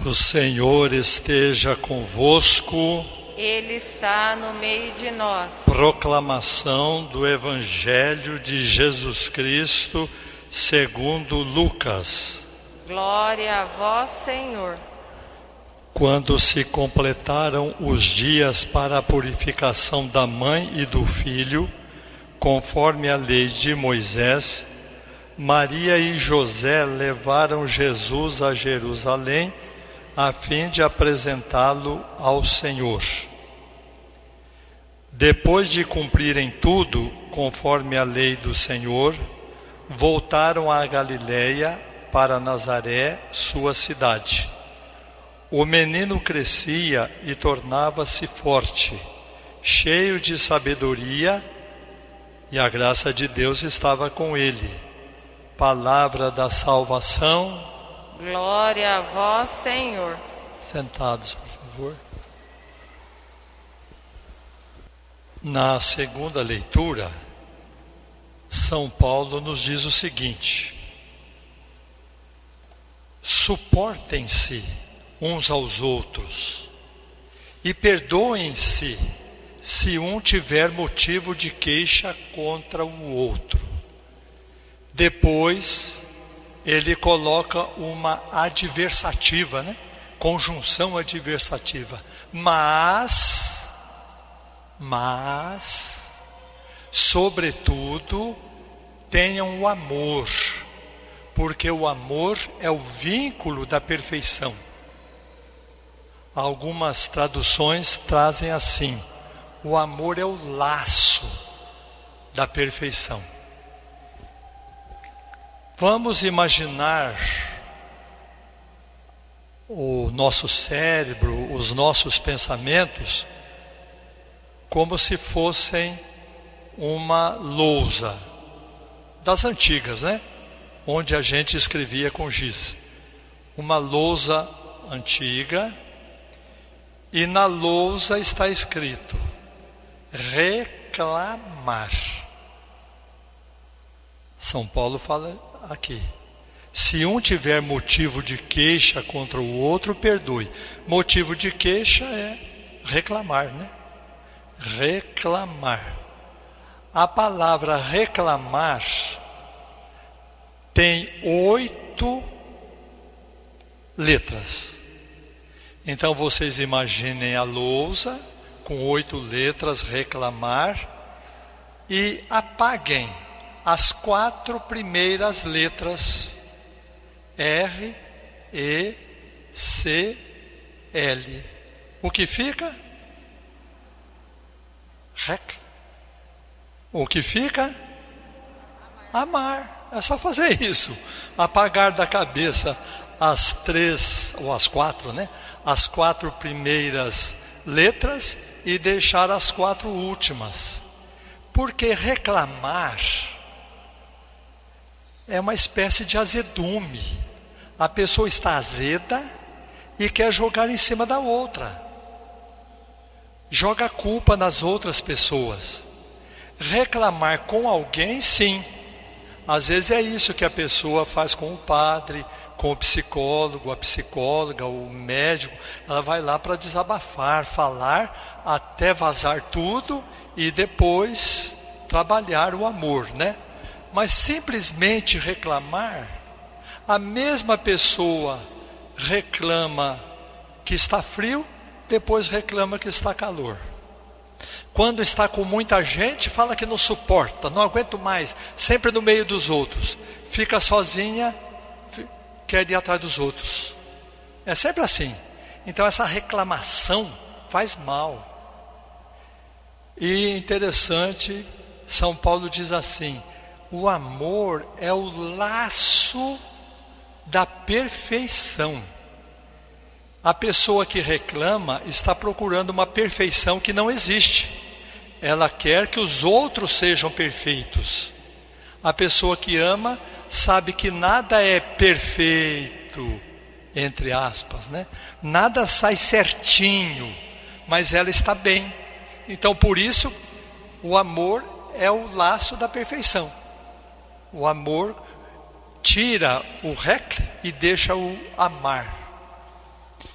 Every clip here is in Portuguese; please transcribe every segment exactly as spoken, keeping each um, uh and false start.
O Senhor esteja convosco. Ele está no meio de nós. Proclamação do Evangelho de Jesus Cristo segundo Lucas. Glória a vós, Senhor. Quando se completaram os dias para a purificação da mãe e do filho, conforme a lei de Moisés, Maria e José levaram Jesus a Jerusalém a fim de apresentá-lo ao Senhor. Depois de cumprirem tudo, conforme a lei do Senhor, voltaram à Galiléia para Nazaré, sua cidade. O menino crescia e tornava-se forte, cheio de sabedoria, e a graça de Deus estava com ele. Palavra da salvação. Glória a vós, Senhor. Sentados, por favor. Na segunda leitura, São Paulo nos diz o seguinte: suportem-se uns aos outros e perdoem-se se um tiver motivo de queixa contra o outro. Depois, ele coloca uma adversativa, né? Conjunção adversativa. Mas, mas, sobretudo, tenham o amor, porque o amor é o vínculo da perfeição. Algumas traduções trazem assim: o amor é o laço da perfeição. Vamos imaginar o nosso cérebro, os nossos pensamentos, como se fossem uma lousa das antigas, né? Onde a gente escrevia com giz. Uma lousa antiga, e na lousa está escrito: reclamar. São Paulo fala aqui: se um tiver motivo de queixa contra o outro, perdoe. Motivo de queixa é reclamar, né? Reclamar. A palavra reclamar tem oito letras. Então vocês imaginem a lousa com oito letras, reclamar, e apaguem as quatro primeiras letras, R, E, C, L. O que fica? Rec. O que fica? Amar. É só fazer isso. Apagar da cabeça as três, ou as quatro, né? As quatro primeiras letras e deixar as quatro últimas. Porque reclamar é uma espécie de azedume. A pessoa está azeda e quer jogar em cima da outra. Joga a culpa nas outras pessoas. Reclamar com alguém, sim. Às vezes é isso que a pessoa faz com o padre, com o psicólogo, a psicóloga, o médico. Ela vai lá para desabafar, falar, até vazar tudo e depois trabalhar o amor, né? Mas simplesmente reclamar, a mesma pessoa reclama que está frio, depois reclama que está calor. Quando está com muita gente, fala que não suporta, não aguento mais, sempre no meio dos outros. Fica sozinha, quer ir atrás dos outros. É sempre assim. Então essa reclamação faz mal. E interessante, São Paulo diz assim: o amor é o laço da perfeição. A pessoa que reclama está procurando uma perfeição que não existe. Ela quer que os outros sejam perfeitos. A pessoa que ama sabe que nada é perfeito, entre aspas, né? Nada sai certinho, mas ela está bem. Então, por isso, o amor é o laço da perfeição. O amor tira o rec e deixa o amar.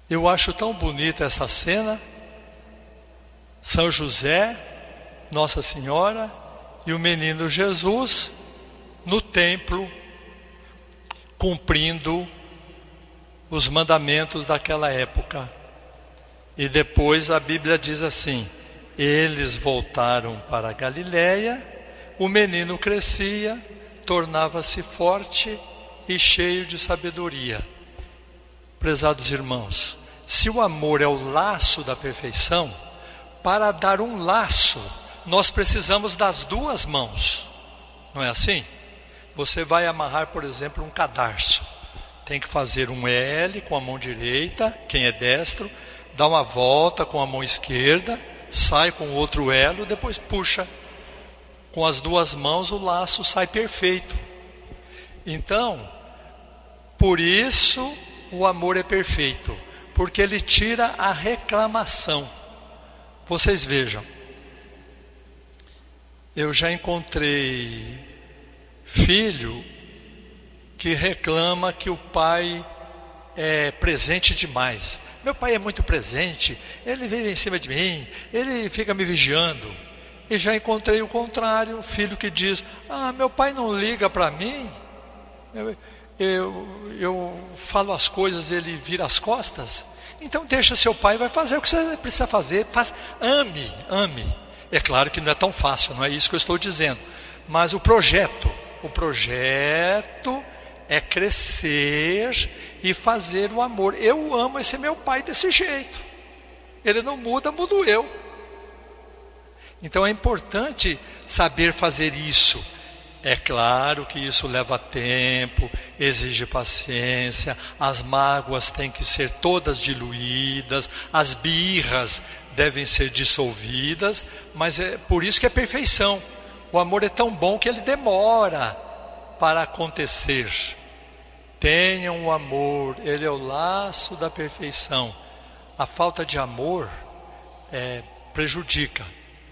Eu acho tão bonita essa cena. São José, Nossa Senhora e o menino Jesus no templo, cumprindo os mandamentos daquela época. E depois a Bíblia diz assim: eles voltaram para a Galiléia, o menino crescia, tornava-se forte e cheio de sabedoria. Prezados irmãos, se o amor é o laço da perfeição, para dar um laço, nós precisamos das duas mãos. Não é assim? Você vai amarrar, por exemplo, um cadarço. Tem que fazer um L com a mão direita, quem é destro, dá uma volta com a mão esquerda, sai com o outro elo, depois puxa. Com as duas mãos o laço sai perfeito. Então, por isso o amor é perfeito, porque ele tira a reclamação. Vocês vejam, eu já encontrei filho que reclama que o pai é presente demais. Meu pai é muito presente, ele vive em cima de mim, ele fica me vigiando. E já encontrei o contrário, o filho que diz: ah, meu pai não liga para mim, eu, eu, eu falo as coisas, ele vira as costas. Então deixa seu pai, vai fazer o que você precisa fazer. Faz, ame, ame. É claro que não é tão fácil, não é isso que eu estou dizendo. Mas o projeto, o projeto é crescer e fazer o amor. Eu amo esse meu pai desse jeito. Ele não muda, mudo eu. Então é importante saber fazer isso. É claro que isso leva tempo, exige paciência, as mágoas têm que ser todas diluídas, as birras devem ser dissolvidas, mas é por isso que é perfeição. O amor é tão bom que ele demora para acontecer. Tenham o amor, ele é o laço da perfeição. A falta de amor é, prejudica.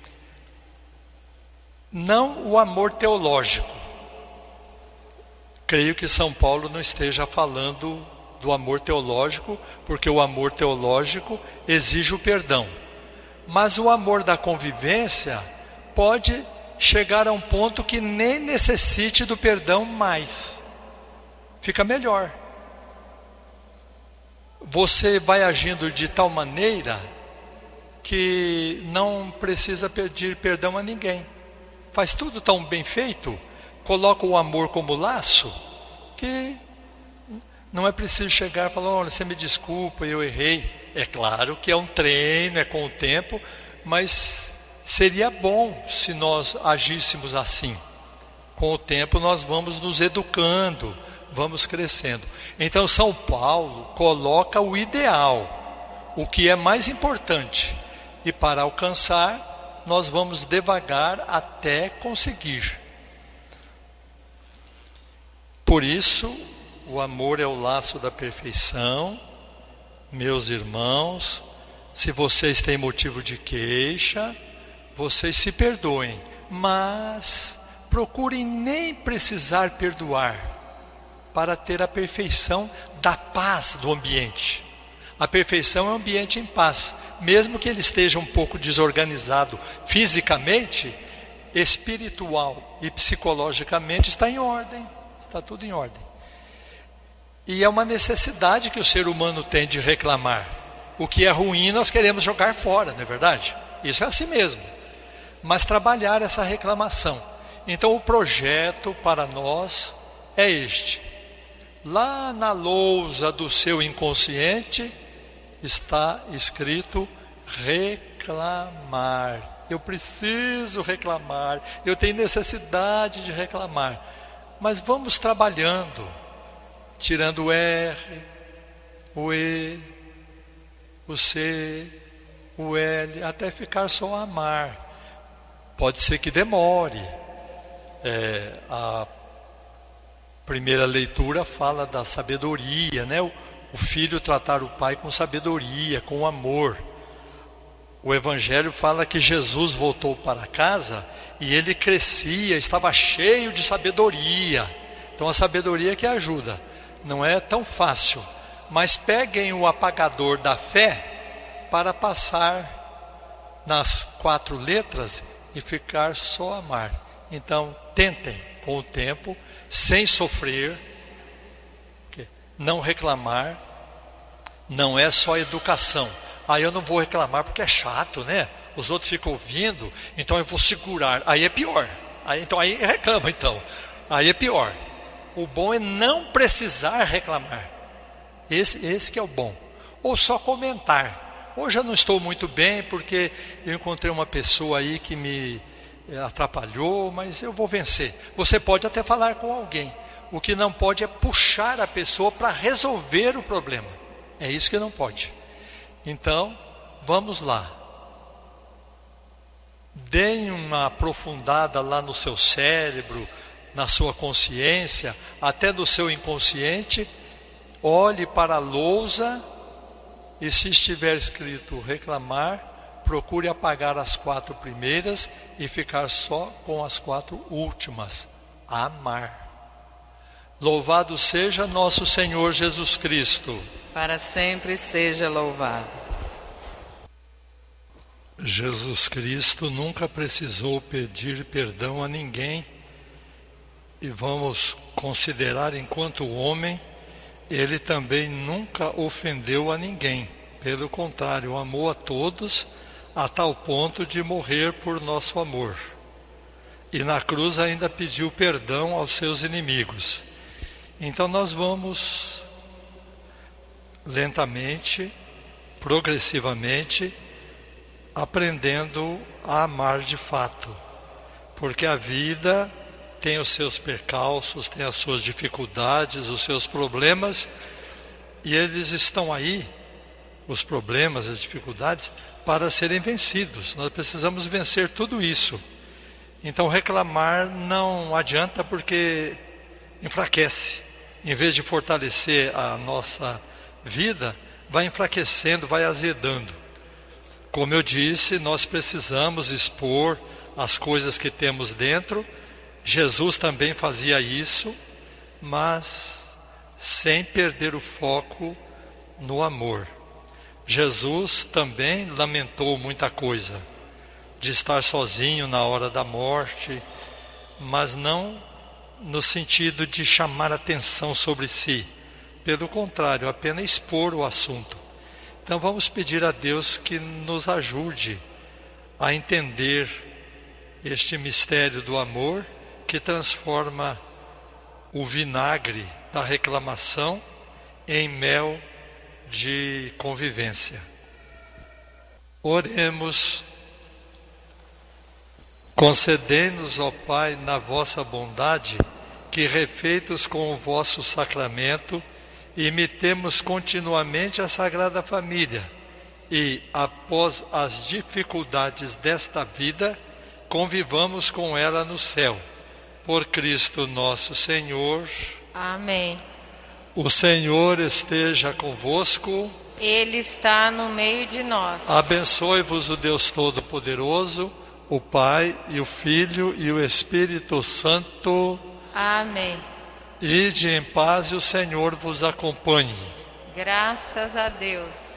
Não o amor teológico. Creio que São Paulo não esteja falando do amor teológico, porque o amor teológico exige o perdão. Mas o amor da convivência pode chegar a um ponto que nem necessite do perdão mais. Fica melhor. Você vai agindo de tal maneira que não precisa pedir perdão a ninguém. Faz tudo tão bem feito, coloca o amor como laço, que não é preciso chegar e falar: olha, você me desculpa, eu errei. É claro que é um treino, é com o tempo, mas seria bom se nós agíssemos assim. Com o tempo nós vamos nos educando, vamos crescendo. Então São Paulo coloca o ideal, o que é mais importante, e para alcançar nós vamos devagar até conseguir. Por isso, o amor é o laço da perfeição. Meus irmãos, se vocês têm motivo de queixa, vocês se perdoem, mas procurem nem precisar perdoar, para ter a perfeição da paz do ambiente. A perfeição é um ambiente em paz. Mesmo que ele esteja um pouco desorganizado fisicamente, espiritual e psicologicamente está em ordem. Está tudo em ordem. E é uma necessidade que o ser humano tem de reclamar. O que é ruim nós queremos jogar fora, não é verdade? Isso é assim mesmo. Mas trabalhar essa reclamação. Então o projeto para nós é este. Lá na lousa do seu inconsciente está escrito reclamar. Eu preciso reclamar, eu tenho necessidade de reclamar. Mas vamos trabalhando, tirando o R, o E, o C, o L, até ficar só amar. Pode ser que demore. É, a primeira leitura fala da sabedoria, né? O, o filho tratar o pai com sabedoria, com amor. O Evangelho fala que Jesus voltou para casa e ele crescia, estava cheio de sabedoria. Então a sabedoria que ajuda. Não é tão fácil, Mas peguem o apagador da fé para passar nas quatro letras e ficar só amar. Então, tentem com o tempo, sem sofrer, não reclamar. Não é só educação. Aí eu não vou reclamar porque é chato, né? Os outros ficam ouvindo, então eu vou segurar. Aí é pior. Aí, então aí reclama então. Aí é pior. O bom é não precisar reclamar. Esse, esse que é o bom. Ou só comentar. Hoje eu não estou muito bem porque eu encontrei uma pessoa aí que me atrapalhou, mas eu vou vencer. Você pode até falar com alguém. O que não pode é puxar a pessoa para resolver o problema. É isso que não pode. Então, vamos lá. Deem uma aprofundada lá no seu cérebro, na sua consciência, até no seu inconsciente. Olhe para a lousa e, se estiver escrito reclamar, procure apagar as quatro primeiras e ficar só com as quatro últimas. Amar. Louvado seja nosso Senhor Jesus Cristo. Para sempre seja louvado. Jesus Cristo nunca precisou pedir perdão a ninguém. E vamos considerar, enquanto homem, ele também nunca ofendeu a ninguém. Pelo contrário, amou a todos a tal ponto de morrer por nosso amor. E na cruz ainda pediu perdão aos seus inimigos. Então nós vamos lentamente, progressivamente, aprendendo a amar de fato. Porque a vida tem os seus percalços, tem as suas dificuldades, os seus problemas, e eles estão aí, os problemas, as dificuldades, para serem vencidos. Nós precisamos vencer tudo isso. Então reclamar não adianta, porque enfraquece. Em vez de fortalecer a nossa vida, vai enfraquecendo, vai azedando. Como eu disse, nós precisamos expor as coisas que temos dentro. Jesus também fazia isso, mas sem perder o foco no amor. Jesus também lamentou muita coisa, de estar sozinho na hora da morte, mas não no sentido de chamar atenção sobre si. Pelo contrário, apenas expor o assunto. Então vamos pedir a Deus que nos ajude a entender este mistério do amor, que transforma o vinagre da reclamação em mel de convivência. Oremos. Concedei-nos, ó Pai, na vossa bondade, que, refeitos com o vosso sacramento, imitemos continuamente a Sagrada Família e, após as dificuldades desta vida, convivamos com ela no céu. Por Cristo nosso Senhor. Amém. O Senhor esteja convosco. Ele está no meio de nós. Abençoe-vos o Deus Todo-Poderoso, o Pai e o Filho e o Espírito Santo. Amém. Ide em paz e o Senhor vos acompanhe. Graças a Deus.